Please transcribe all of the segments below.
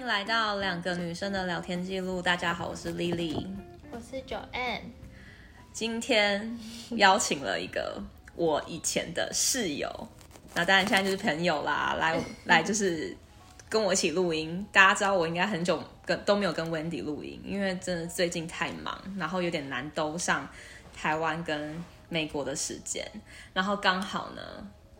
来到两个女生的聊天记录。大家好，我是 Lily， 我是 Joanne。 今天邀请了一个我以前的室友，那当然现在就是朋友啦，来就是跟我一起录音。大家知道我应该很久都没有跟 Wendy 录音，因为真的最近太忙，然后有点难兜上台湾跟美国的时间。然后刚好呢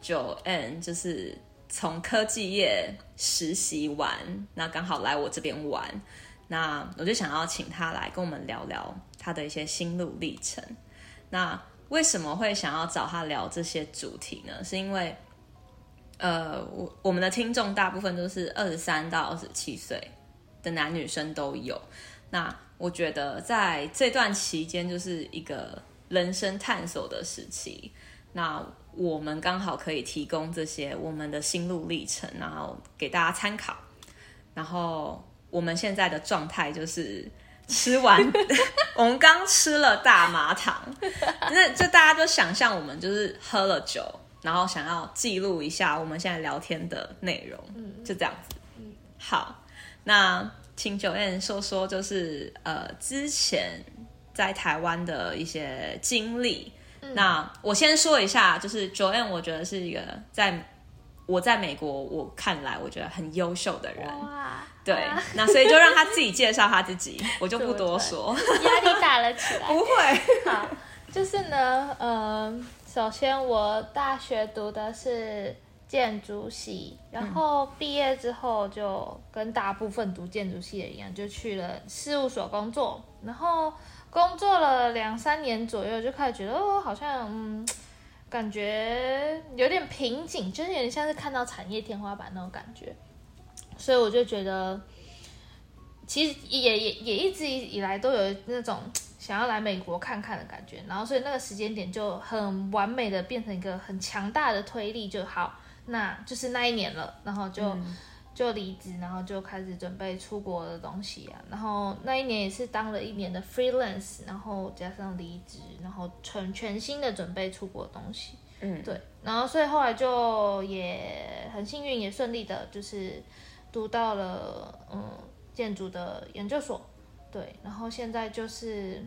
Joanne 就是从科技业实习完，那刚好来我这边玩，那我就想要请他来跟我们聊聊他的一些心路历程。那为什么会想要找他聊这些主题呢？是因为我们的听众大部分都是23到27岁的男女生都有，那我觉得在这段期间就是一个人生探索的时期，那我们刚好可以提供这些我们的心路历程，然后给大家参考。然后我们现在的状态就是吃完我们刚吃了大麻糖，那就大家就想象我们就是喝了酒，然后想要记录一下我们现在聊天的内容，就这样子。好，那请 Joanne 说说就是之前在台湾的一些经历。那我先说一下，就是 Joanne 我觉得是一个我在美国我看来我觉得很优秀的人。对，那所以就让他自己介绍他自己，我就不多说。 压力大了起来。 不会。 好，就是呢，首先我大学读的是建筑系，然后毕业之后就跟大部分读建筑系的一样，就去了事务所工作，然后工作了2-3年左右，就开始觉得好像感觉有点瓶颈，就是有点像是看到产业天花板那种感觉，所以我就觉得其实也一直以来都有那种想要来美国看看的感觉，然后所以那个时间点就很完美的变成一个很强大的推力，就好，那就是那一年了，然后就离职，然后就开始准备出国的东西啊，然后那一年也是当了1年的 freelance， 然后加上离职，然后全新的准备出国的东西，对，然后所以后来就也很幸运，也顺利的就是读到了建筑的研究所，对，然后现在就是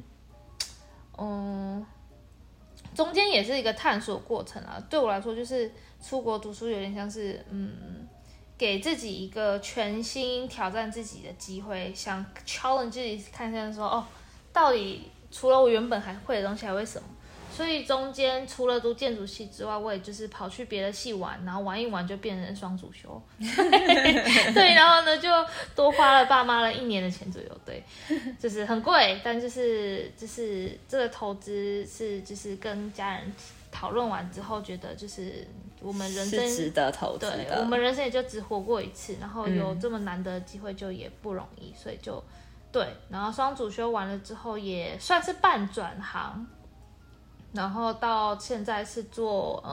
中间也是一个探索过程啊，对我来说就是出国读书有点像是给自己一个全新挑战自己的机会，想 challenge 自己看看说到底除了我原本还会的东西还会什么，所以中间除了读建筑系之外，我也就是跑去别的系玩，然后玩一玩就变成双主修对，然后呢就多花了爸妈了1年的钱左右，对，就是很贵，但就是这个投资是就是跟家人讨论完之后，觉得就是我们人生是值得投资的， 对，我们人生也就只活过一次，然后有这么难得的机会就也不容易，所以就对，然后双主修完了之后也算是半转行，然后到现在是做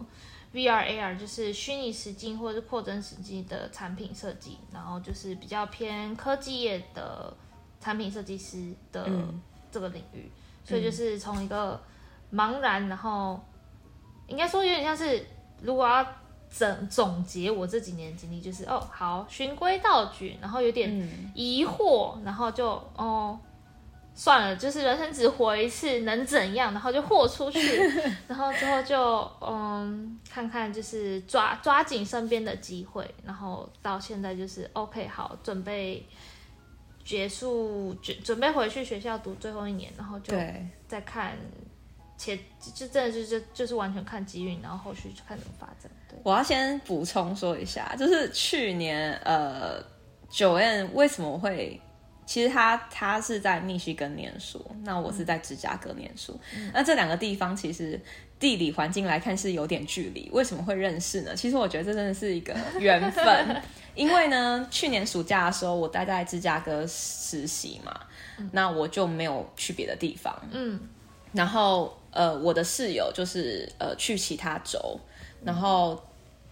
VR AR， 就是虚拟实境或者是扩增实境的产品设计，然后就是比较偏科技业的产品设计师的这个领域，所以就是从一个茫然，然后应该说有点像是如果要总结我这几年的经历，就是好循规蹈矩，然后有点疑惑，然后就算了，就是人生只活一次，能怎样？然后就豁出去，然后之后就看看就是抓紧身边的机会，然后到现在就是 OK 好，准备结束，准备回去学校读最后1年，然后就再看。就真的就是完全看机运，然后后续就看怎么发展。对， 我要先补充说一下，就是去年Joanne 为什么会，其实他是在密西根念书，那我是在芝加哥念书，那这2个地方其实地理环境来看是有点距离，为什么会认识呢？其实我觉得这真的是一个缘分因为呢去年暑假的时候我待在芝加哥实习嘛，那我就没有去别的地方，然后我的室友就是去其他州，然后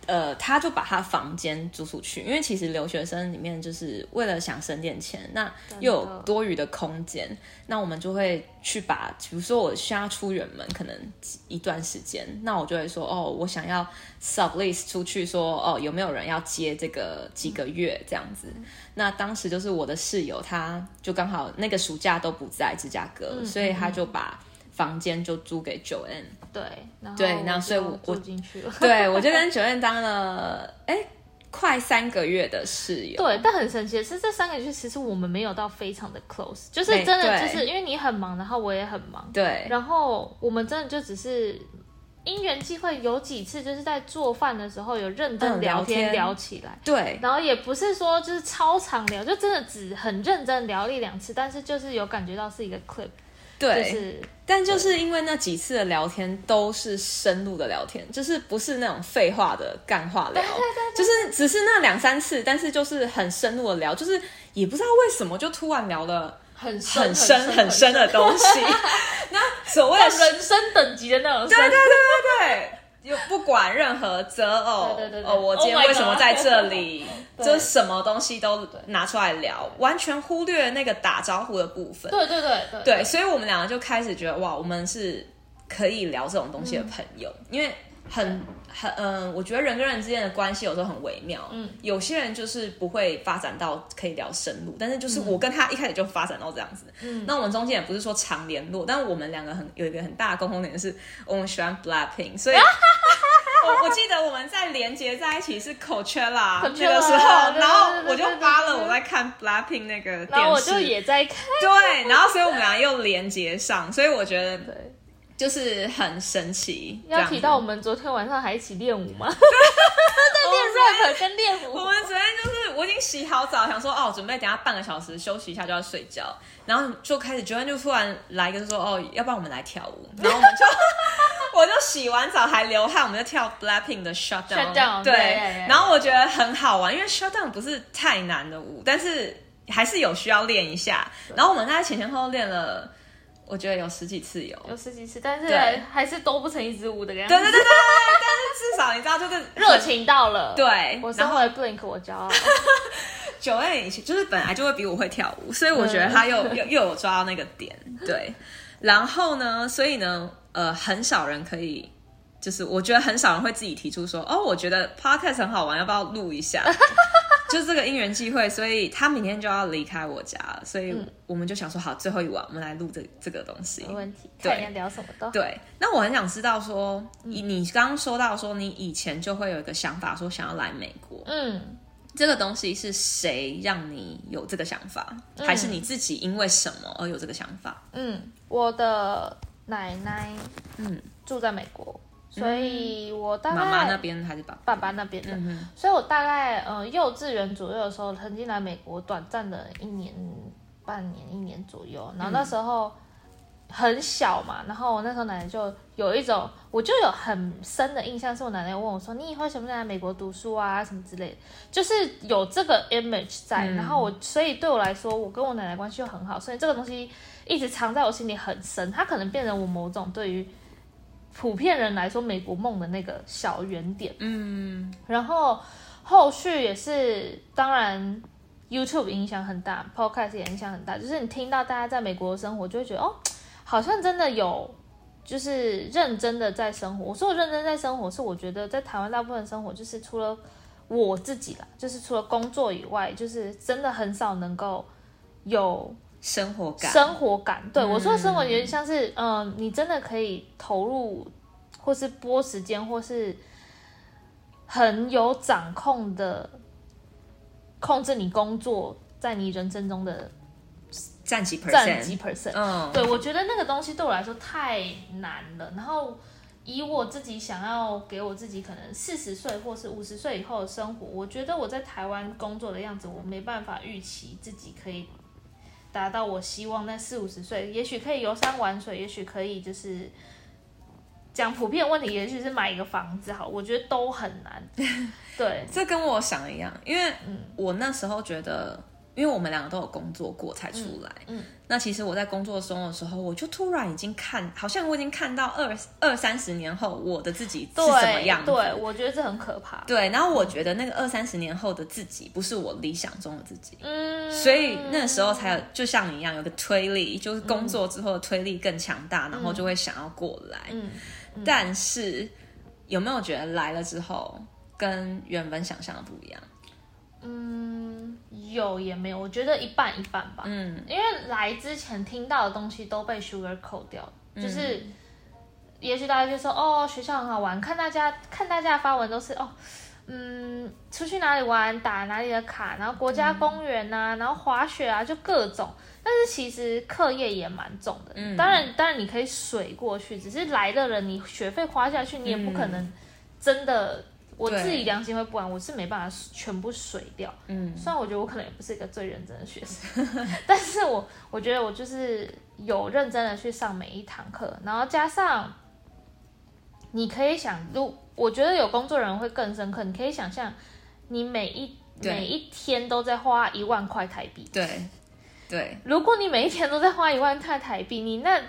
他就把他房间租出去，因为其实留学生里面就是为了想省点钱，那又有多余的空间，那我们就会去把，比如说我现在出远门，可能一段时间，那我就会说，哦，我想要 sublease 出去说，哦，有没有人要接这个几个月这样子？那当时就是我的室友，他就刚好那个暑假都不在芝加哥，所以他就把房间就租给 Joanne。 对， 然后所以我住进去了。 对，我就跟Joanne当了快3个月的室友。 对，但很神奇的是，这3个月其实我们没有到非常的 close， 就是真的就是因为你很忙，然后我也很忙， 对， 然后我们真的就只是因缘际会，有几次就是在做饭的时候有认真聊天聊起来， 对， 然后也不是说就是超常聊，就真的只很认真聊1-2次，但是就是有感觉到是一个 clip。 对， 就是但就是因为那几次的聊天都是深入的聊天，就是不是那种废话的干话聊，就是只是那2-3次，但是就是很深入的聊，就是也不知道为什么就突然聊了很深的东西。那所谓的人生等级的那种深， 对。又不管任何择偶，我今天为什么在这里，就什么东西都拿出来聊，完全忽略那个打招呼的部分。对，所以我们两个就开始觉得，哇，我们是可以聊这种东西的朋友，因为我觉得人跟人之间的关系有时候很微妙，有些人就是不会发展到可以聊深入，但是就是我跟他一开始就发展到这样子，那我们中间也不是说常联络，但我们两个有一个很大的共同点是我们喜欢 Blackpink， 所以我记得我们在连结在一起是 Coachella 那个时候，然后我就发了我在看 Blackpink 那个电视， 然后我就也在看， 对，然后所以我们俩又连结上，所以我觉得就是很神奇。 要提到我们昨天晚上还一起练舞吗？在练 rap 跟练舞。 我们昨天就是我已经洗好澡，想说准备等一下半个小时休息一下就要睡觉，然后就开始 Joanne 就突然来一个说要不然我们来跳舞，然后我们就我就洗完澡还流汗，我们就跳 Blackpink 的 Shutdown， 对，然后我觉得很好玩，因为 Shutdown 不是太难的舞，但是还是有需要练一下，然后我们大概前后练了。我觉得有10几次有 10几次，但是还是都不成一支舞的样子。 对，但是至少你知道，就是热情到了。 对， 我身为 Blink， 我骄傲。 Joanne 以前就是本来就会比我会跳舞，所以我觉得他又有抓到那个点。对，然后呢，所以呢，很少人可以，就是我觉得很少人会自己提出说，我觉得 podcast 很好玩，要不要录一下？就是这个因缘际会，所以他明天就要离开我家了，所以我们就想说，好，最后一晚我们来录这个东西， 没问题。看你要聊什么都对。那我很想知道说，你刚刚说到说，你以前就会有一个想法，说想要来美国，这个东西是谁让你有这个想法，还是你自己因为什么而有这个想法？ 我的奶奶，住在美国。所以我大概妈妈那边还是爸爸那边的，所以我大概幼稚园左右的时候，曾经来美国短暂的1年半年1年左右，然后那时候很小嘛，然后我那时候奶奶就有一种，我就有很深的印象，是我奶奶问我说：“你以后想不想来美国读书啊？什么之类的。”就是有这个 image 在，然后所以对我来说，我跟我奶奶关系就很好，所以这个东西一直藏在我心里很深，它可能变成我某种对于普遍人来说美国梦的那个小圆点。然后后续也是，当然 YouTube 影响很大， Podcast 也影响很大，就是你听到大家在美国的生活，就会觉得好像真的有就是认真的在生活。我说我认真在生活，是我觉得在台湾大部分生活，就是除了我自己啦，就是除了工作以外，就是真的很少能够有生活感。 对，我说的生活有点像是你真的可以投入或是拨时间，或是很有掌控的控制你工作在你人生中的占几 percent。对，我觉得那个东西对我来说太难了。然后以我自己想要给我自己可能40岁或是50岁以后的生活，我觉得我在台湾工作的样子，我没办法预期自己可以达到我希望在40-50岁，也许可以游山玩水，也许可以就是讲普遍问题，也许是买一个房子好，我觉得都很难。对， 这跟我想的一样，因为我那时候觉得因为我们两个都有工作过才出来，那其实我在工作中的时候，我就突然已经好像我已经看到20-30年后我的自己是什么样子。 对，我觉得这很可怕。 对，然后我觉得那个20-30年后的自己不是我理想中的自己，所以那时候才有，就像你一样有个推力，就是工作之后的推力更强大，然后就会想要过来。但是有没有觉得来了之后跟原本想象的不一样？ 有也没有，我觉得一半一半吧。因为来之前听到的东西都被 sugar coat 掉，就是也许大家就说哦，学校很好玩，看大家的发文都是哦，出去哪里玩，打哪里的卡，然后国家公园啊，然后滑雪啊，就各种。但是其实课业也蛮重的，当然你可以水过去，只是来的人你学费花下去，你也不可能真的。我自己良心会不安，我是没办法全部水掉。虽然我觉得我可能也不是一个最认真的学生，但是我觉得我就是有认真的去上每一堂课，然后加上你可以想，我觉得有工作人会更深刻。你可以想象，你每一天都在花1万块台币。 对， 如果你每一天都在花1万块台币，你那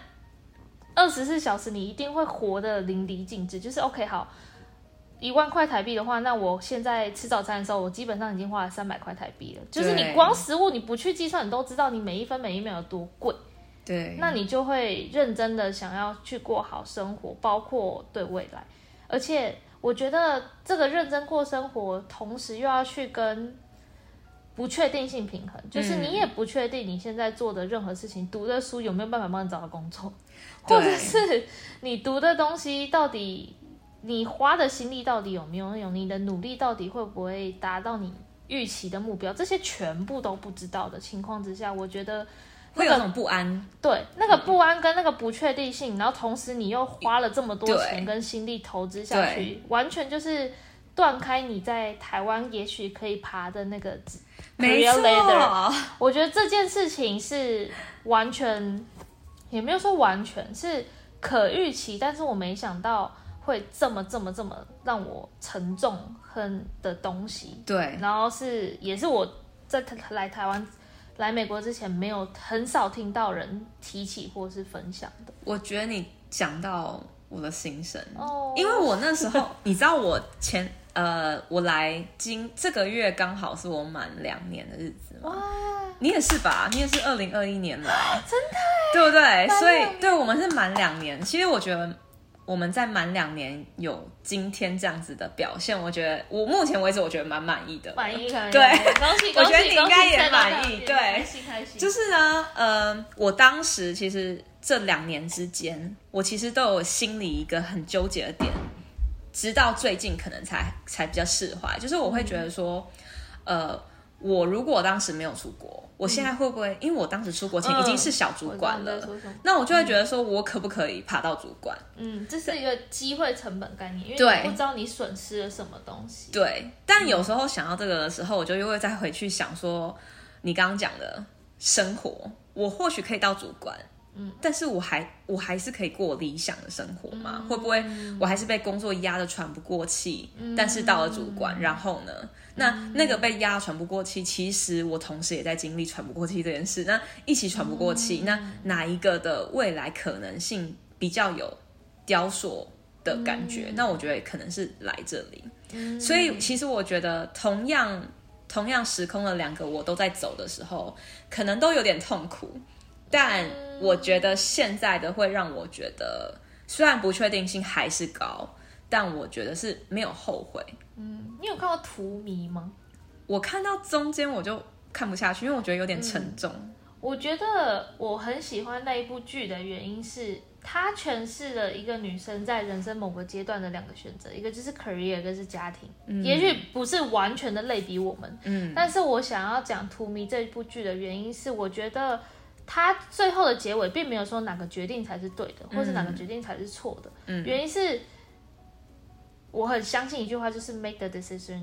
24小时你一定会活得淋漓尽致。就是 OK 好。1万块台币的话，那我现在吃早餐的时候，我基本上已经花了300块台币了。就是你光食物你不去计算，你都知道你每一分每一秒有多贵。 对， 那你就会认真的想要去过好生活，包括对未来。而且我觉得这个认真过生活，同时又要去跟不确定性平衡，就是你也不确定你现在做的任何事情，读的书有没有办法帮你找到工作，或者是你读的东西到底。你花的心力到底有没有用？你的努力到底会不会达到你预期的目标？这些全部都不知道的情况之下，我觉得、 会有种不安。 对，那个不安跟那个不确定性，然后同时你又花了这么多钱跟心力投资下去，完全就是断开你在台湾也许可以爬的那个 career ladder。我觉得这件事情是完全，也没有说完全是可预期，但是我没想到。会这么让我沉重的东西， 对， 然后也是我在来台湾、来美国之前很少听到人提起或是分享的。 我觉得你讲到我的心声，因为我那时候你知道我我来这个月刚好是我满2年的日子嘛，你也是吧？你也是2021年来， 真的， 对不对？所以对我们是满2年。其实我觉得。我们在满2年有今天这样子的表现，我觉得我目前为止我觉得蛮满意的。 满意， 对， 恭喜！ 我觉得你应该也满意。对， 开心。 就是呢，我当时其实这2年之间，我其实都有心里一个很纠结的点，直到最近可能才比较释怀。就是我会觉得说，我如果当时没有出国，我现在会不会？因为我当时出国前已经是小主管了，那我就会觉得说，我可不可以爬到主管？ 这是一个机会成本概念，因为你不知道你损失了什么东西。 对，但有时候想到这个的时候，我就又会再回去想说，你刚刚讲的生活，我或许可以到主管。但是我还是可以过理想的生活吗？会不会我还是被工作压得喘不过气？但是到了主管，然后呢？那个被压喘不过气，其实我同时也在经历喘不过气这件事。那一起喘不过气，那哪一个的未来可能性比较有雕塑的感觉？那我觉得可能是来这里。所以其实我觉得同样时空的2个我都在走的时候，可能都有点痛苦。但我觉得现在的会让我觉得，虽然不确定性还是高，但我觉得是没有后悔。 你有看过《荼蘼》吗？ 我看到中间我就看不下去，因为我觉得有点沉重。 我觉得我很喜欢那一部剧的原因是，它诠释了一个女生在人生某个阶段的2个选择，一个就是 career， 一个是家庭。也许不是完全的类比我们，但是我想要讲《荼蘼》这一部剧的原因是，我觉得。他最后的结尾并没有说哪个决定才是对的，或是哪个决定才是错的。原因是我很相信一句话，就是 make the decision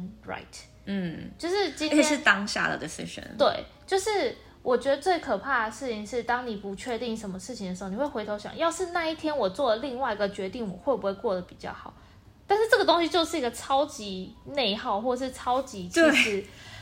right。就是今天是当下的 decision。 对，就是我觉得最可怕的事情是，当你不确定什么事情的时候，你会回头想，要是那一天我做了另外一个决定，我会不会过得比较好？但是这个东西就是一个超级内耗，或是超级其实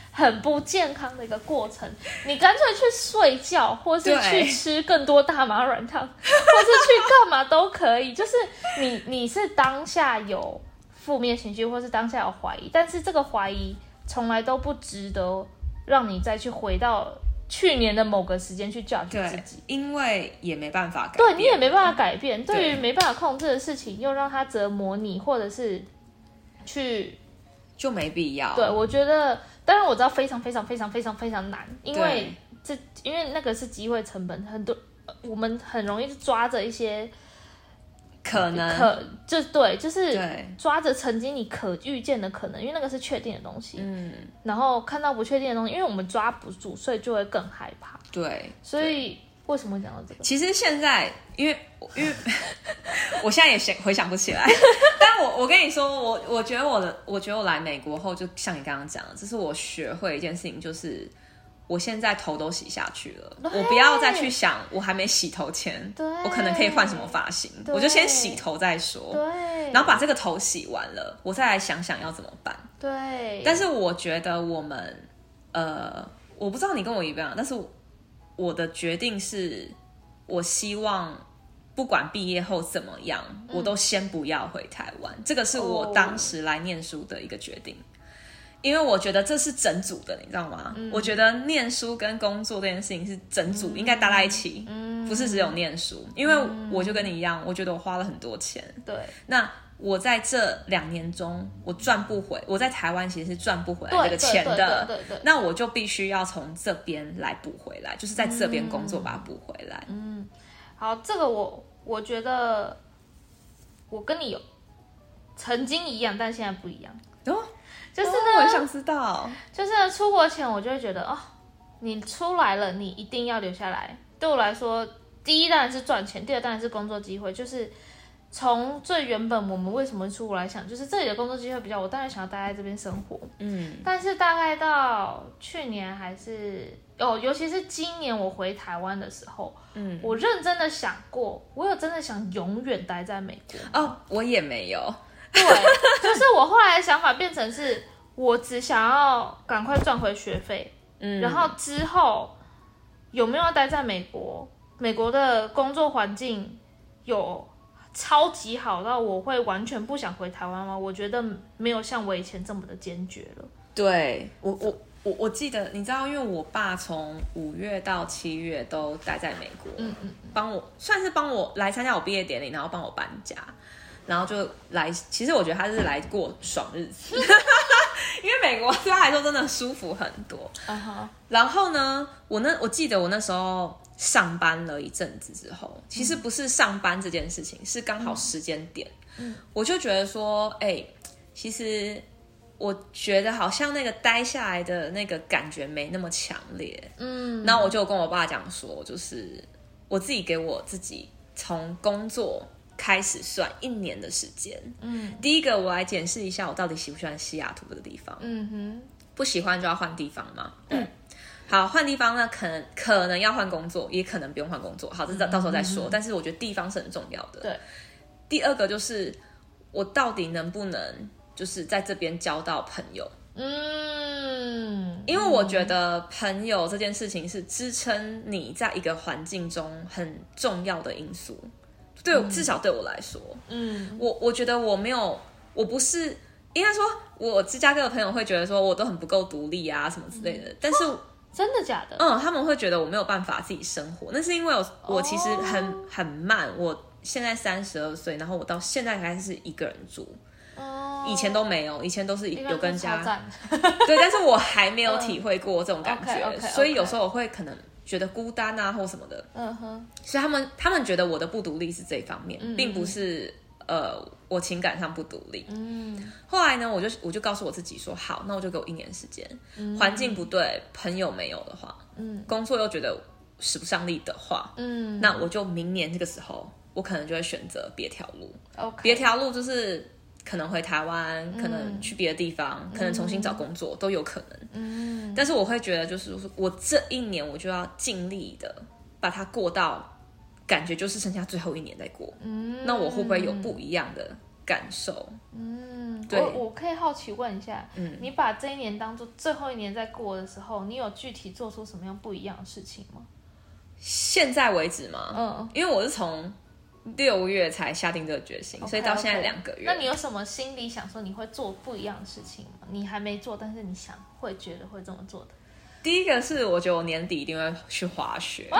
很不健康的一个过程。你干脆去睡觉，或是去吃更多大麻软糖，或是去干嘛都可以。就是你是当下有负面情绪，或是当下有怀疑，但是这个怀疑从来都不值得让你再去回到去年的某个时间去 judge 自己， 因为也没办法改变， 对你也没办法改变。对于没办法控制的事情，又让它折磨你，或者是去就没必要。 对，我觉得，当然我知道非常非常非常非常非常难，因为那个是机会成本，很多我们很容易就抓着一些可能就是抓着曾经你可预见的可能，因为那个是确定的东西。然后看到不确定的东西，因为我们抓不住，所以就会更害怕。 对， 所以为什么会讲到这个？ 其实现在，因为我现在也回想不起来，但我跟你说，我觉得我来美国后，就像你刚刚讲的，这是我学会一件事情，就是我现在头都洗下去了，我不要再去想我还没洗头前，我可能可以换什么发型，我就先洗头再说， 对， 然后把这个头洗完了，我再来想想要怎么办。 对， 但是我觉得我们，我不知道你跟我一样，但是我的决定是，我希望不管毕业后怎么样，我都先不要回台湾。这个是我当时来念书的一个决定。因为我觉得这是整组的，你知道吗？我觉得念书跟工作这件事情是整组，应该搭在一起，不是只有念书。因为我就跟你一样，我觉得我花了很多钱。 对， 那我在这2年中，我赚不回，我在台湾其实是赚不回来这个钱的。 对， 那我就必须要从这边来补回来，就是在这边工作把它补回来。 好，这个我觉得我跟你有曾经一样，但现在不一样。就是呢， 我很想知道， 就是呢，出国前我就会觉得，你出来了，你一定要留下来。对我来说，第一当然是赚钱，第二当然是工作机会。就是从最原本我们为什么出国来想，就是这里的工作机会比较，我当然想要待在这边生活。但是大概到去年还是尤其是今年我回台湾的时候，我认真的想过，我有真的想永远待在美国。 我也没有。 对，就是我后来的想法变成是，我只想要赶快赚回学费，然后之后有没有要待在美国？美国的工作环境有超级好到我会完全不想回台湾吗？我觉得没有像我以前这么的坚决了。 对，我记得，你知道，因为我爸从5月到7月都待在美国，算是帮我来参加我毕业典礼，然后帮我搬家。然后就来，其实我觉得他是来过爽日子，因为美国对他来说真的舒服很多。然后呢，我记得我那时候上班了一阵子之后，其实不是上班这件事情，是刚好时间点，我就觉得说，其实我觉得好像那个待下来的那个感觉没那么强烈。然后我就跟我爸讲说，就是我自己给我自己从工作开始算1年的时间。第一个我来检视一下我到底喜不喜欢西雅图这个地方。不喜欢就要换地方嘛。好，换地方呢，可能要换工作，也可能不用换工作。好，这到时候再说。但是我觉得地方是很重要的。 对。 第二个就是我到底能不能就是在这边交到朋友。因为我觉得朋友这件事情是支撑你在一个环境中很重要的因素。至少对我来说，我觉得我不是，应该说，我芝加哥的朋友会觉得说我都很不够独立啊什么之类的，但是真的假的？ 他们会觉得我没有办法自己生活，那是因为我其实很慢，我现在32岁，然后我到现在还是一个人住。以前都没有，以前都是有跟家，对，但是我还没有体会过这种感觉，所以有时候我会可能觉得孤单啊或什么的。所以他们觉得我的不独立是这一方面，并不是我情感上不独立。后来呢，我就告诉我自己说，好，那我就给我1年时间，环境不对，朋友没有的话，工作又觉得使不上力的话，那我就明年这个时候，我可能就会选择别条路。别条路就是可能回台湾，可能去别的地方，可能重新找工作都有可能。但是我会觉得，就是我这1年我就要尽力的把它过到，感觉就是剩下最后1年再过。那我会不会有不一样的感受？ 对， 我可以好奇问一下，你把这一年当做最后一年在过的时候，你有具体做出什么样不一样的事情吗？ 现在为止吗？因为我是从6月才下定这个决心，所以到现在2个月。 那你有什么心里想说你会做不一样的事情吗？你还没做，但是你会觉得会这么做的。 第一个是我觉得我年底一定会去滑雪，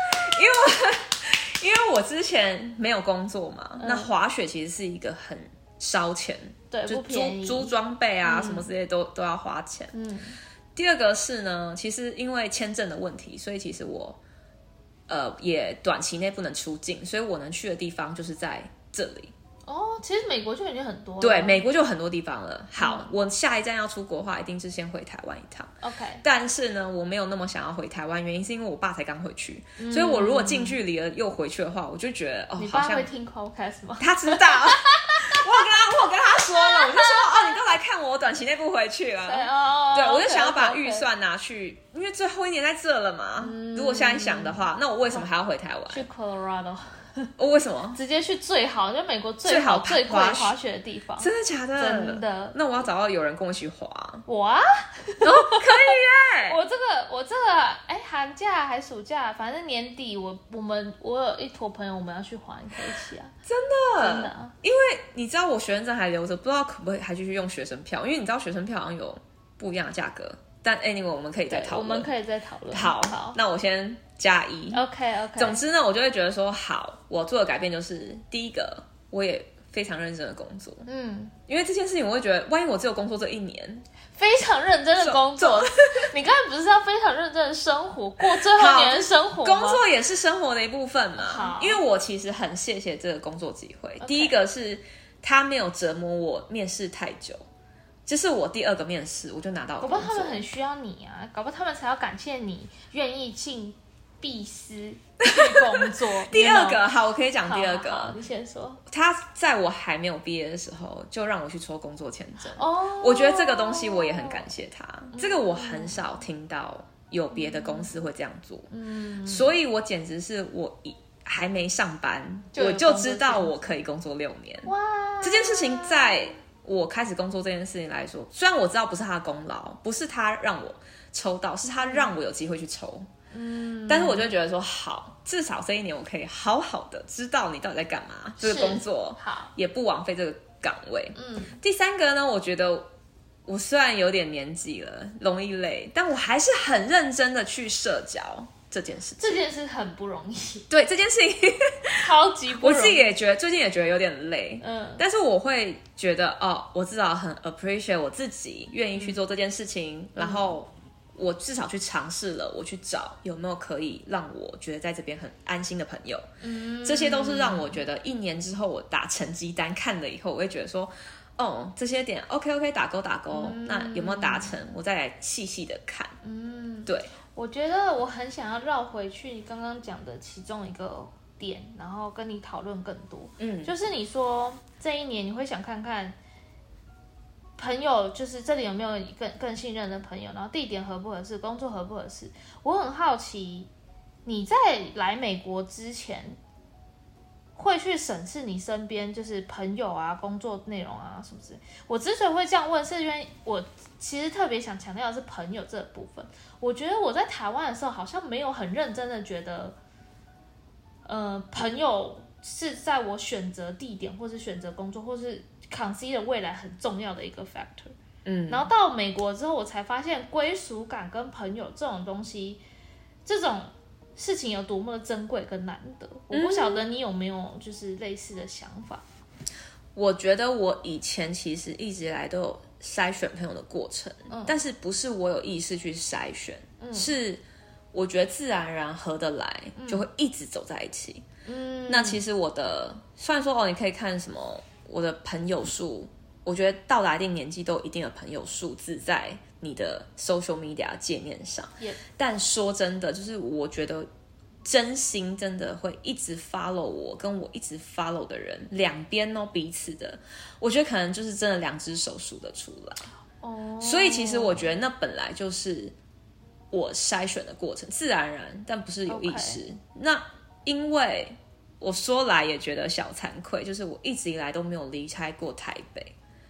因为我之前没有工作嘛，那滑雪其实是一个很烧钱， 对， 就不便宜， 租装备啊、什么之类都要花钱。第二个是呢，其实因为签证的问题，所以其实我也短期内不能出境，所以我能去的地方就是在这里。 其实美国就已经很多了。 对，美国就有很多地方了。好，我下一站要出国的话，一定是先回台湾一趟。 OK， 但是呢，我没有那么想要回台湾，原因是因为我爸才刚回去，所以我如果近距离了又回去的话，我就觉得你爸好像会听 podcast 吗？ 他知道，我有跟他说了，我就说你都来看我短期内不回去了。对，我就想要把预算拿去，因为最后一年在这了嘛。如果现在想的话，那我为什么还要回台湾？ 去 Colorado。 为什么？ 直接去最好，就美国最好最贵滑雪的地方。 真的假的？ 真的。 那我要找到有人跟我一起滑。 我啊？ 可以耶！ 我这个，寒假还暑假，反正年底我有一坨朋友，我们要去滑，你可以一起啊。 真的。因为你知道我学生证还留着，不知道可不可以还继续用学生票，因为你知道学生票好像有不一样的价格。但 anyway 我们可以再讨论。 我们可以再讨论。 好，那我先加1。 OK。 总之呢，我就会觉得说，好，我做的改变就是第一个，我也非常认真的工作。因为这件事情，我会觉得，万一我只有工作这1年， 非常认真的工作。你刚才不是要非常认真的生活，过最后一年的生活吗？ 工作也是生活的一部分嘛。因为我其实很谢谢这个工作机会。第一个是他没有折磨我面试太久。这是我第2个面试，我就拿到了工作。 搞不好他们很需要你啊，搞不好他们才要感谢你愿意进必思去工作。 第2个，好，我可以讲第2个。 好，你先说。 他在我还没有毕业的时候，就让我去抽工作签证。我觉得这个东西我也很感谢他。这个我很少听到有别的公司会这样做。所以我简直是还没上班，我就知道我可以工作6年。 哇！ 这件事情在我开始工作这件事情来说，虽然我知道不是他的功劳，不是他让我抽到，是他让我有机会去抽。但是我就觉得说，好，至少这1年我可以好好的知道你到底在干嘛，这个工作好， 也不枉费这个岗位。第3个呢，我觉得我虽然有点年纪了，容易累，但我还是很认真的去社交。这件事很不容易。 对，这件事情超级不容易。 我自己也觉得，最近也觉得有点累。但是我会觉得，我至少很 appreciate 我自己愿意去做这件事情，然后我至少去尝试了，我去找有没有可以让我觉得在这边很安心的朋友。这些都是让我觉得1年之后我打成绩单看了以后，我会觉得说，这些点 OK 打勾，那有没有达成，我再来细细的看。对。 我觉得我很想要绕回去你刚刚讲的其中一个点，然后跟你讨论更多。就是你说这1年你会想看看朋友，就是这里有没有更信任的朋友，然后地点合不合适，工作合不合适。我很好奇，你在来美国之前会去审视你身边就是朋友啊、工作内容啊什么之类。我之所以会这样问，是因为我其实特别想强调的是朋友这部分。我觉得我在台湾的时候好像没有很认真的觉得，朋友是在我选择地点或是选择工作或是 consider 未来很重要的一个 factor。然后到美国之后，我才发现归属感跟朋友这种东西，这种事情有多么的珍贵跟难得。我不晓得你有没有就是类似的想法。 我觉得我以前其实一直以来都有筛选朋友的过程，但是不是我有意识去筛选，是我觉得自然而然合得来，就会一直走在一起。那其实我的虽然说你可以看什么我的朋友数，我觉得到达一定年纪都有一定的朋友数字在你的 social media 界面上，但说真的，就是我觉得真心真的会一直 follow 我跟我一直 follow 的人，两边彼此的，我觉得可能就是真的2只手数得出来。所以其实我觉得那本来就是我筛选的过程，自然而然，但不是有意识。那因为我说来也觉得小惭愧，就是我一直以来都没有离开过台北。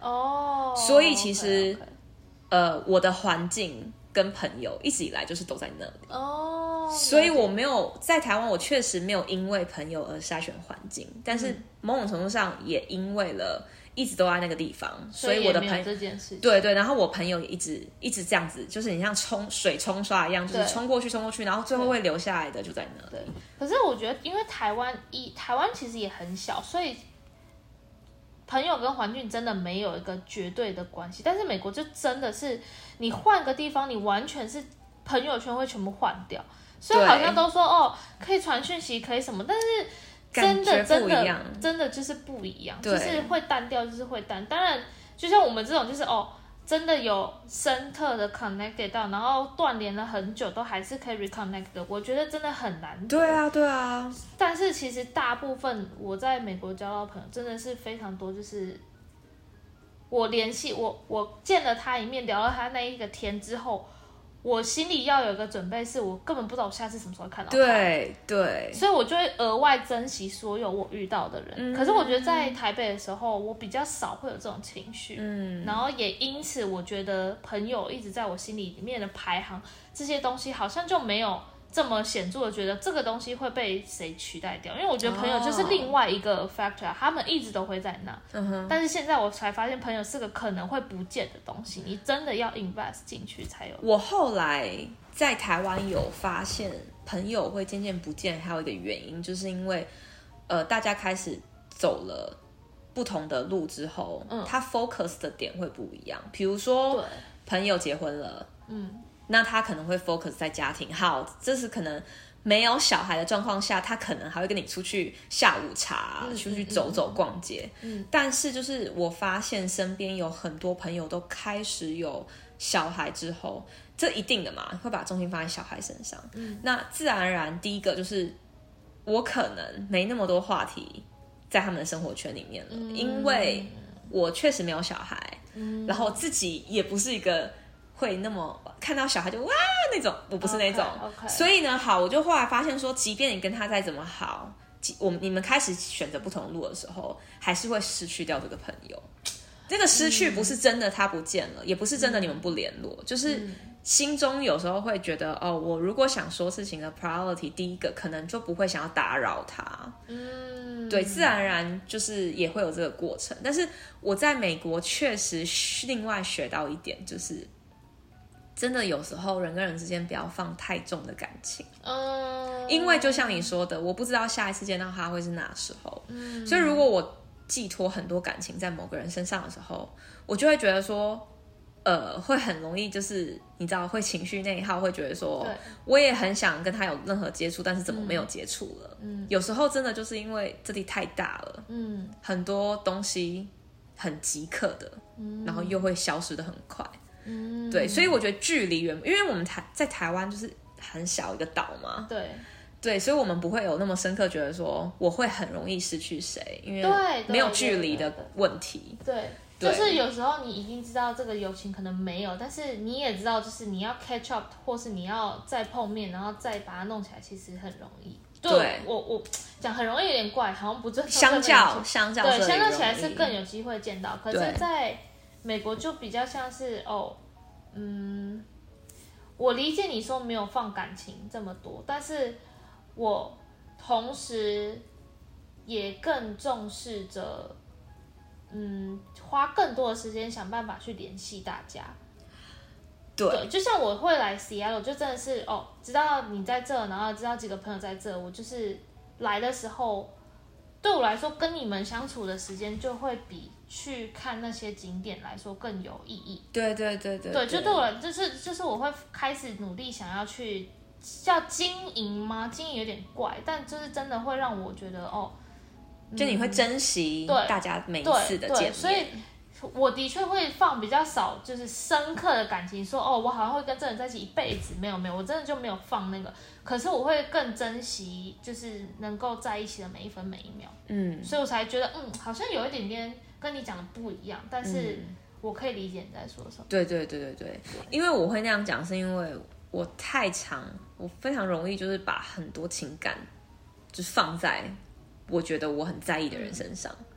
哦， 所以其实 OK 我的环境跟朋友一直以来就是都在那里。 哦， 所以我没有在台湾，我确实没有因为朋友而筛选环境，但是某种程度上也因为了一直都在那个地方，所以我的朋友这件事情， 对，然后我朋友也一直这样子，就是你像水冲刷一样，就是冲过去，然后最后会留下来的就在那。 对，可是我觉得，因为台湾其实也很小，所以朋友跟环境真的没有一个绝对的关系。但是美国就真的是，你换个地方，你完全是朋友圈会全部换掉。所以好像都说哦，可以传讯息，可以什么，但是真的就是不一样，就是会淡掉，就是会淡。当然，就像我们这种，就是真的有深刻的 connect 到，然后断联了很久，都还是可以 reconnect 的。我觉得真的很难得。 对啊。 但是其实大部分我在美国交到朋友，真的是非常多，就是我联系我见了他一面，聊了他那一个天之后。我心里要有一个准备，是我根本不知道我下次什么时候看到他。 对， 所以我就会额外珍惜所有我遇到的人。可是我觉得在台北的时候，我比较少会有这种情绪。然后也因此，我觉得朋友一直在我心里面的排行，这些东西好像就没有这么显著的觉得这个东西会被谁取代掉，因为我觉得朋友就是另外一个 factor，他们一直都会在那。但是现在我才发现，朋友是个可能会不见的东西，你真的要 invest 进去才有。 我后来在台湾有发现，朋友会渐渐不见，还有一个原因，就是因为大家开始走了不同的路之后，他 focus 的点会不一样。比如说，朋友结婚了，那他可能会 focus 在家庭，好，这是可能没有小孩的状况下，他可能还会跟你出去下午茶，出去走走逛街。但是就是我发现身边有很多朋友都开始有小孩之后，这一定的嘛，会把重心放在小孩身上。那自然而然，第一个就是我可能没那么多话题在他们的生活圈里面了，因为我确实没有小孩，然后自己也不是一个会那么看到小孩就哇那种，我不是那种。所以呢，好，我就后来发现说，即便你跟他再怎么好，你们开始选择不同的路的时候，还是会失去掉这个朋友。这个失去不是真的他不见了，也不是真的你们不联络，就是心中有时候会觉得，我如果想说事情的 priority， 第一个可能就不会想要打扰他。对，自然而然就是也会有这个过程。但是我在美国确实另外学到一点，就是真的有时候人跟人之间不要放太重的感情。因为就像你说的，我不知道下一次见到他会是哪时候。所以如果我寄托很多感情在某个人身上的时候，我就会觉得说会很容易就是你知道会情绪内耗，会觉得说我也很想跟他有任何接触，但是怎么没有接触了。有时候真的就是因为这里太大了，很多东西很即刻的，然后又会消失的很快。对，所以我觉得距离远，因为我们在台湾就是很小一个岛嘛，对，所以我们不会有那么深刻觉得说我会很容易失去谁，因为没有距离的问题。 对，就是有时候你已经知道这个友情可能没有，但是你也知道，就是你要 catch up， 或是你要再碰面，然后再把它弄起来，其实很容易。对，我讲很容易有点怪，好像不正。相较起来是更有机会见到，可是在美国就比较像是我理解你说没有放感情这么多，但是我同时也更重视着，花更多的时间想办法去联系大家。对，就像我会来 Seattle， 就真的是知道你在这，然后知道几个朋友在这，我就是来的时候，对我来说跟你们相处的时间就会比去看那些景点来说更有意义。对，就对我来，就是我会开始努力想要去叫经营吗？经营有点怪，但就是真的会让我觉得就你会珍惜大家每一次的见面。 所以我的确会放比较少，就是深刻的感情，说我好像会跟这人在一起一辈子，没有，我真的就没有放那个。可是我会更珍惜，就是能够在一起的每一分每一秒。所以我才觉得，好像有一点点跟你讲的不一样，但是我可以理解你在说什么。 对，因为我会那样讲，是因为我非常容易就是把很多情感就放在我觉得我很在意的人身上。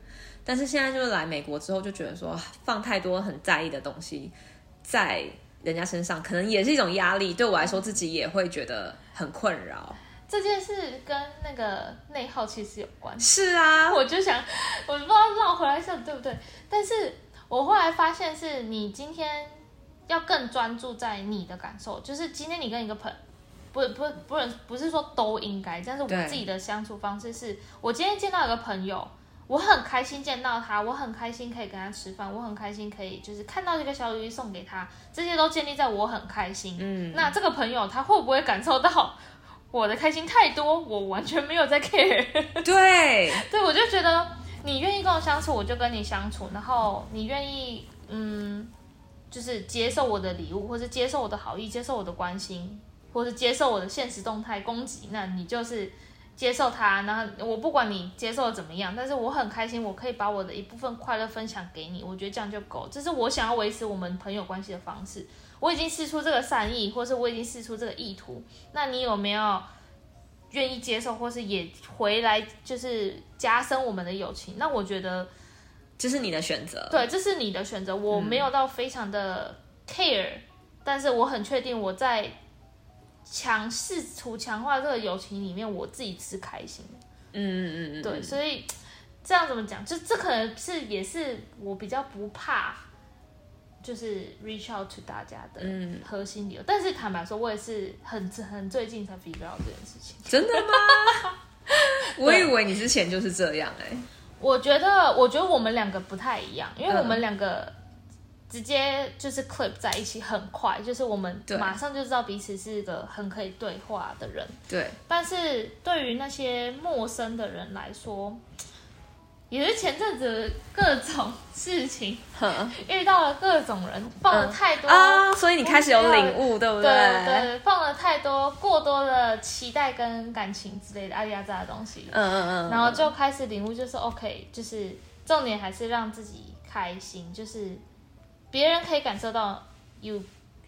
但是现在就是来美国之后，就觉得说放太多很在意的东西在人家身上，可能也是一种压力。对我来说，自己也会觉得很困扰。 这件事跟那个内耗其实有关。 是啊， 我就想，我不知道绕回来想对不对，但是我后来发现是你今天要更专注在你的感受，就是今天你跟一个不是说都应该，但是我自己的相处方式是，我今天见到一个朋友，我很开心见到他，我很开心可以跟他吃饭，我很开心可以就是看到这个小礼物送给他，这些都建立在我很开心。那这个朋友他会不会感受到我的开心太多，我完全没有在 care。 对， 我就觉得你愿意跟我相处，我就跟你相处，然后你愿意就是接受我的礼物，或是接受我的好意，接受我的关心，或是接受我的现实动态攻击，那你就是接受它。然后我不管你接受的怎么样，但是我很开心，我可以把我的一部分快乐分享给你，我觉得这样就够。这是我想要维持我们朋友关系的方式。我已经释出这个善意，或是我已经释出这个意图，那你有没有愿意接受，或是也回来就是加深我们的友情？那我觉得这是你的选择。 对，这是你的选择。我没有到非常的 care，但是我很确定我在试图强化这个友情里面，我自己是开心的。对，所以这样怎么讲？就这可能是也是我比较不怕。就是 reach out to 大家的核心理由，但是坦白说，我也是很最近才 figure out 这件事情。 真的吗？我以为你之前就是这样我觉得我们两个不太一样，因为我们两个直接就是 clip 在一起很快，就是我们马上就知道彼此是个很可以对话的人。 对。 但是对于那些陌生的人来说，也是前阵子各种事情遇到了各种人，放了太多所以你开始有领悟，对不对？ 对，放了太多过多的期待跟感情之类的阿里阿扎的东西，然后就开始领悟，就是 OK， 就是重点还是让自己开心，就是别人可以感受到 you're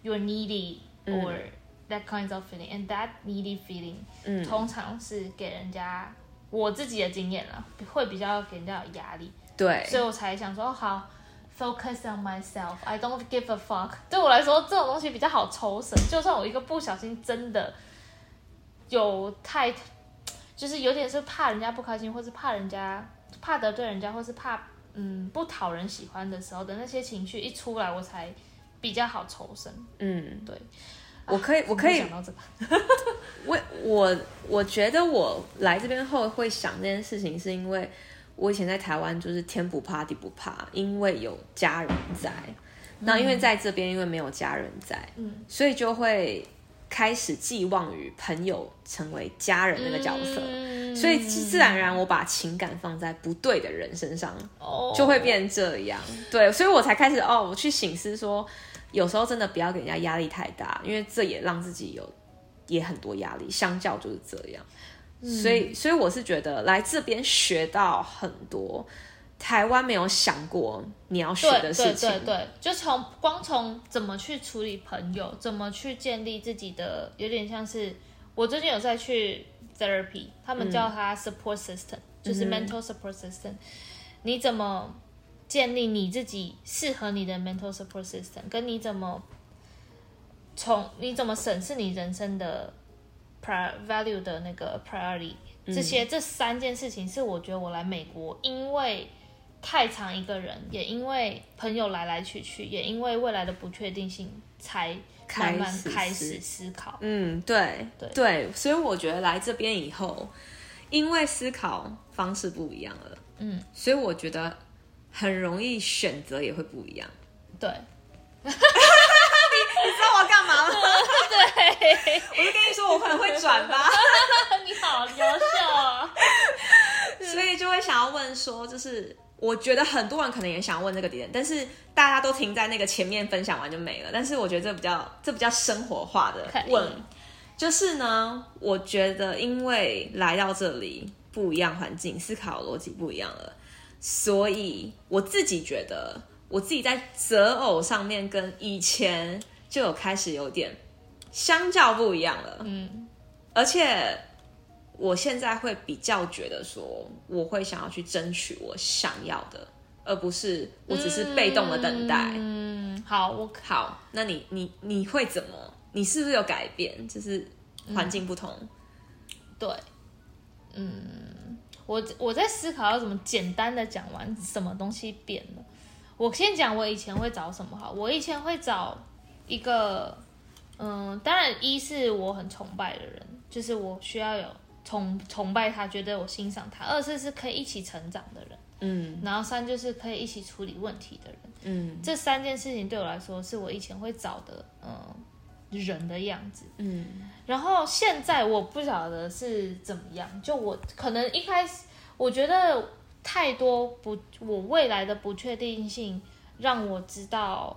needy or that kind of feeling and that needy feeling，通常是给人家。我自己的经验啦，会比较给人家有压力， 对， 所以我才想说，好 ，focus on myself， I don't give a fuck。对我来说，这种东西比较好抽身。就算我一个不小心真的就是有点是怕人家不开心，或是怕得罪人家，或是怕不讨人喜欢的时候的那些情绪一出来，我才比较好抽身。对。我可以想到这个。 我觉得我来这边后会想这件事情，是因为我以前在台湾就是天不怕地不怕，因为有家人在。那因为在这边因为没有家人在，所以就会开始寄望于朋友成为家人那个角色，所以自然而然我把情感放在不对的人身上，就会变这样。对，所以我才开始我去省思说。有时候真的不要给人家压力太大，因为这也让自己也很多压力，相较就是这样。所以我是觉得来这边学到很多台湾没有想过你要学的事情。 对，就光从怎么去处理朋友，怎么去建立自己的，有点像是我最近有在去 therapy， 他们叫它 support system，就是 mental support system，你怎么建立你自己适合你的 mental support system， 跟你怎么审视你人生的 value 的那个 priority，这三件事情是我觉得我来美国，因为太长一个人，也因为朋友来来去去，也因为未来的不确定性，才慢慢开始思考。 对，所以我觉得来这边以后，因为思考方式不一样了，所以我觉得很容易选择也会不一样。 对。 你知道我要干嘛吗？ 对， 我就跟你说我可能会转吧。 你好优秀啊！ 所以就会想要问说，就是我觉得很多人可能也想问这个点，但是大家都停在那个前面分享完就没了。但是我觉得这比较生活化的问，就是呢，我觉得因为来到这里不一样环境，思考逻辑不一样了，所以我自己觉得我自己在择偶上面跟以前就有开始有点相较不一样了。而且我现在会比较觉得说，我会想要去争取我想要的，而不是我只是被动的等待。 好， 好，那你会怎么？你是不是有改变？就是环境不同。 对，我在思考要怎么简单的讲完什么东西变了。我先讲我以前会找什么好，我以前会找一个，当然一是我很崇拜的人，就是我需要有崇拜他，觉得我欣赏他；二是可以一起成长的人，然后三就是可以一起处理问题的人，这3件事情对我来说是我以前会找的，人的样子，然后现在我不晓得是怎么样，就我可能一开始我觉得太多我未来的不确定性让我知道，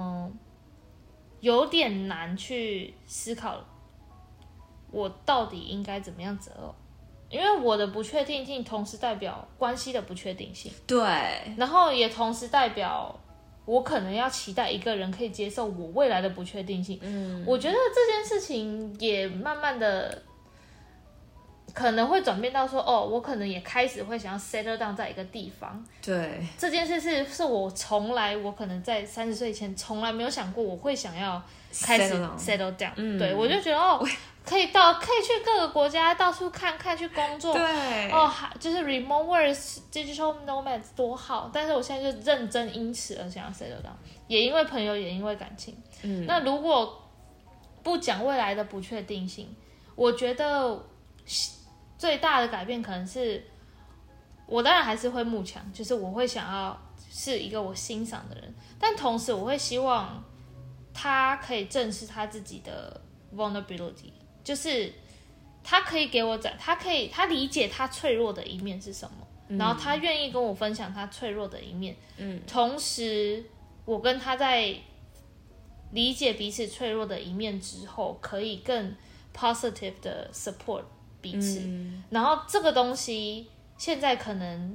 有点难去思考我到底应该怎么样择偶，因为我的不确定性同时代表关系的不确定性， 对， 然后也同时代表我可能要期待一个人可以接受我未来的不确定性。我觉得这件事情也慢慢的可能会转变到说，我可能也开始会想要 settle down 在一个地方。 对， 这件事是我可能在30岁前从来没有想过我会想要开始 settle down。对，我就觉得可以去各个国家到处看看，去工作。 对， 就是 remote work digital nomads 多好。但是我现在就认真因此而想要 settle down， 也因为朋友，也因为感情。那如果不讲未来的不确定性，我觉得最大的改变可能是，我当然还是会慕强，就是我会想要是一个我欣赏的人，但同时我会希望他可以正视他自己的 vulnerability， 就是他可以给我他理解他脆弱的一面是什么，然后他愿意跟我分享他脆弱的一面，同时我跟他在理解彼此脆弱的一面之后，可以更 positive 的 support彼此，然后这个东西现在可能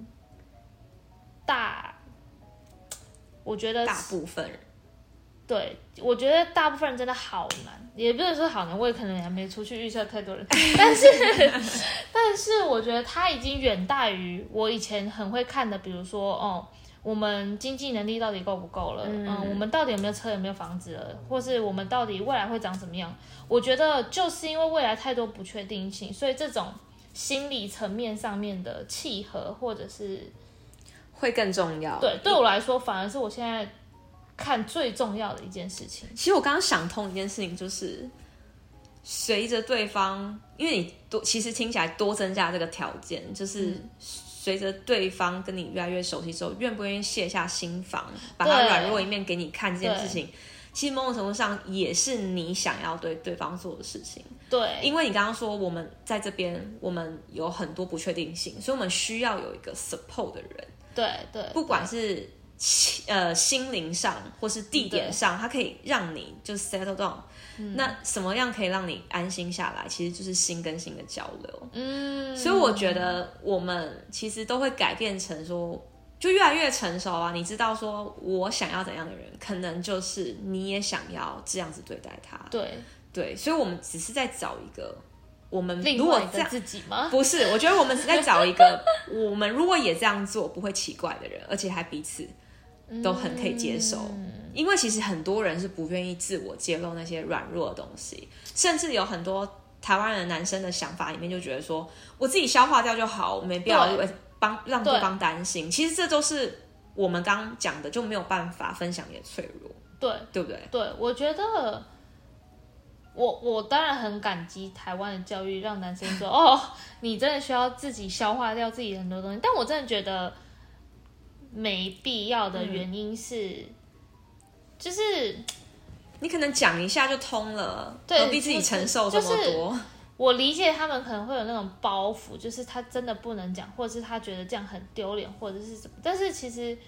我觉得大部分人， 对，我觉得大部分人真的好难，也不是说好难，我也可能还没出去预测太多人，但是我觉得他已经远大于我以前很会看的，比如说我们经济能力到底够不够了，我们到底有没有车有没有房子了，或是我们到底未来会长什么样。我觉得就是因为未来太多不确定性，所以这种心理层面上面的契合或者是会更重要。 对我来说反而是我现在看最重要的一件事情。 其实我刚刚想通一件事情，就是随着对方，因为你其实听起来多增加这个条件，就是随着对方跟你越来越熟悉之后，愿不愿意卸下心防，把他软弱一面给你看，这件事情其实某种程度上也是你想要对对方做的事情。 对， 因为你刚刚说我们在这边我们有很多不确定性，所以我们需要有一个 support 的人。 对， 不管是心灵上或是地点上，它可以让你就 settle down。那什么样可以让你安心下来？其实就是心跟心的交流。所以我觉得我们其实都会改变成说，就越来越成熟啊。你知道说我想要怎样的人，可能就是你也想要这样子对待他。对，所以我们只是在找一个我们如果这样自己吗？ 不是，我觉得我们只在找一个我们如果也这样做不会奇怪的人，而且还彼此都很可以接受。因为其实很多人是不愿意自我揭露那些软弱的东西，甚至有很多台湾人男生的想法里面就觉得说，我自己消化掉就好，我没必要让对方担心。其实这都是我们刚刚讲的，就没有办法分享你的脆弱，对不对？ 对，我觉得我当然很感激台湾的教育，让男生说你真的需要自己消化掉自己很多东西，但我真的觉得没必要的原因是，就是你可能讲一下就通了， 对， 何必自己承受这么多？ 就是我理解他们可能会有那种包袱，就是他真的不能讲，或者是他觉得这样很丢脸，或者是什么。但是其实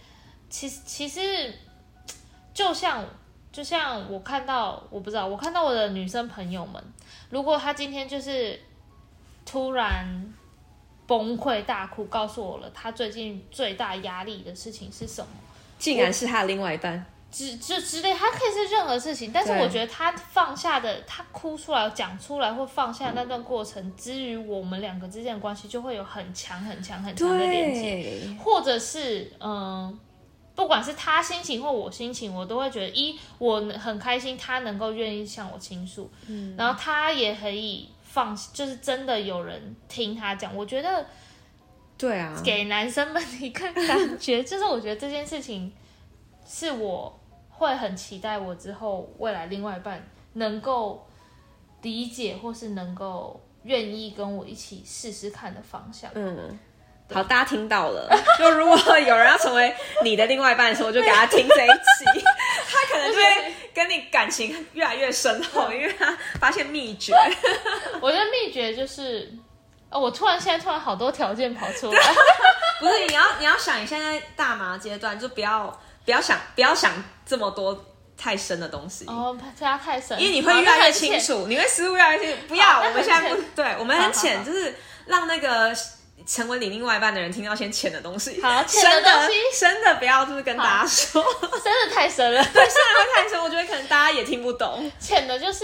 就像我看到我的女生朋友们，如果她今天就是突然崩溃大哭，告诉我了她最近最大压力的事情是什么， 竟然是她的另外一半。 之类，它可以是任何事情，但是我觉得他放下的，他哭出来、讲出来或放下那段过程，之于我们两个之间的关系就会有很强的连接，或者是不管是他心情或我心情，我都会觉得我很开心，他能够愿意向我倾诉，然后他也可以就是真的有人听他讲，我觉得对啊， 给男生们一个感觉，就是我觉得这件事情是我会很期待我之后未来另外一半能够理解，或是能够愿意跟我一起试试看的方向。 好，大家听到了，就如果有人要成为你的另外一半的时候，就给他听这一集，他可能就会跟你感情越来越深厚，因为他发现秘诀。 我觉得秘诀就是，我现在突然好多条件跑出来， 不是你要想，你现在大麻阶段，就不要想这么多太深的东西不要太深， 因为你会越来越清楚，你会思路越来越清楚。不要，我们现在不对，我们很浅，就是让那个成为你另外一半的人听到先浅的东西。 好，浅的东西， 深的不要就是跟大家说， 深的太深了， 对，深的会太深，我觉得可能大家也听不懂。 浅的就是，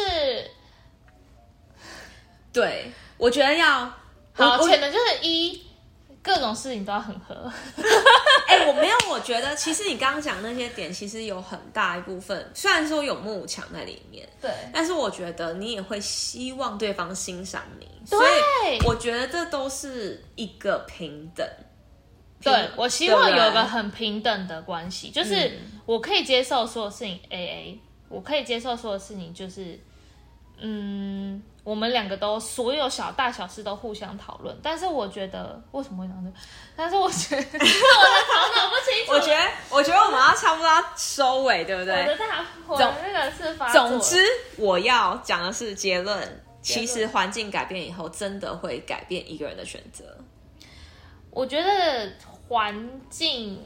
对，我觉得要好，浅的就是各种事情都要很合。 我觉得其实你刚刚讲那些点，其实有很大一部分，虽然说有幕墙在里面， 对， 但是我觉得你也会希望对方欣赏你， 对， 所以我觉得这都是一个平等。 对，我希望有个很平等的关系，就是我可以接受所有事情 AA， 我可以接受所有事情就是我们两个都所有大小事都互相讨论，但是我觉得为什么会讲这个？但是我觉得我的头脑不清楚。 我觉得我们要差不多要收尾，对不对？ 我的那个是发作。 总之，我要讲的是结论。其实环境改变以后，真的会改变一个人的选择。 我觉得环境，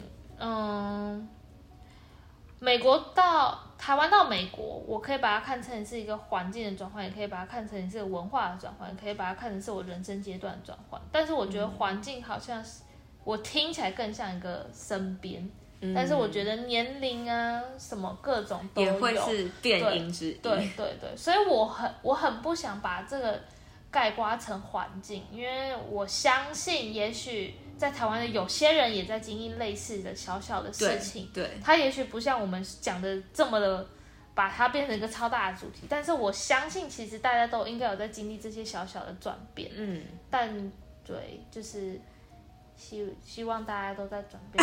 台湾到美国，我可以把它看成是一个环境的转换，也可以把它看成是一个文化的转换，也可以把它看成是我人生阶段的转换。但是我觉得环境好像是我听起来更像一个身边，但是我觉得年龄啊什么各种都有， 也会是变因之一。 对，所以我很不想把这个概括成环境，因为我相信也许在台湾的有些人也在经历类似的小小的事情， 对， 他也许不像我们讲的这么的把它变成一个超大的主题，但是我相信其实大家都应该有在经历这些小小的转变，但对，就是希望大家都在转变。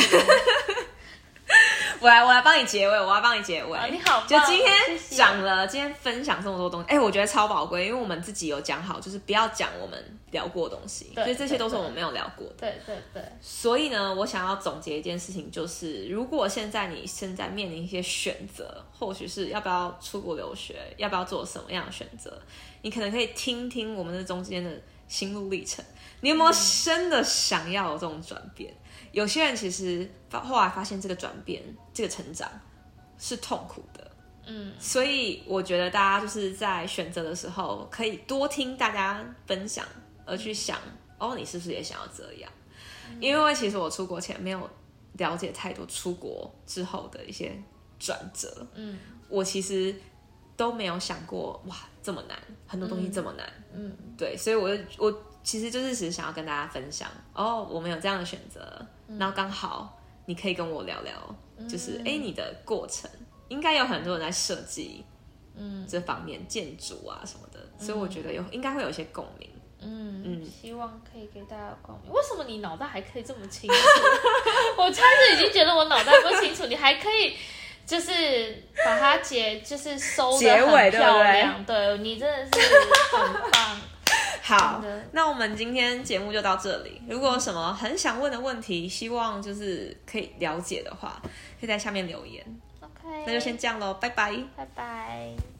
我来帮你结尾， 你好棒， 就今天分享这么多东西，我觉得超宝贵，因为我们自己有讲好，就是不要讲我们聊过的东西，所以这些都是我们没有聊过的。 对。 所以呢，我想要总结一件事情，就是如果现在你正在面临一些选择，或许是要不要出国留学，要不要做什么样的选择，你可能可以听听我们的中间的心路历程，你有没有真的想要有这种转变？有些人其实后来发现这个转变、这个成长是痛苦的，所以我觉得大家就是在选择的时候，可以多听大家分享，而去想，你是不是也想要这样？因为其实我出国前没有了解太多出国之后的一些转折，我其实都没有想过，哇，这么难，很多东西这么难，对，所以我其实就是只是想要跟大家分享，我们有这样的选择，然后刚好你可以跟我聊聊，就是你的过程，应该有很多人在设计，这方面建筑啊什么的，所以我觉得应该会有一些共鸣。 希望可以给大家共鸣。为什么你脑袋还可以这么清楚？我开始已经觉得我脑袋不清楚，你还可以就是把它就是收得很漂亮，对，你真的是很棒。 好，那我们今天节目就到这里。如果有什么很想问的问题，希望就是可以了解的话，可以在下面留言。 OK， 那就先这样咯，拜拜， 拜拜。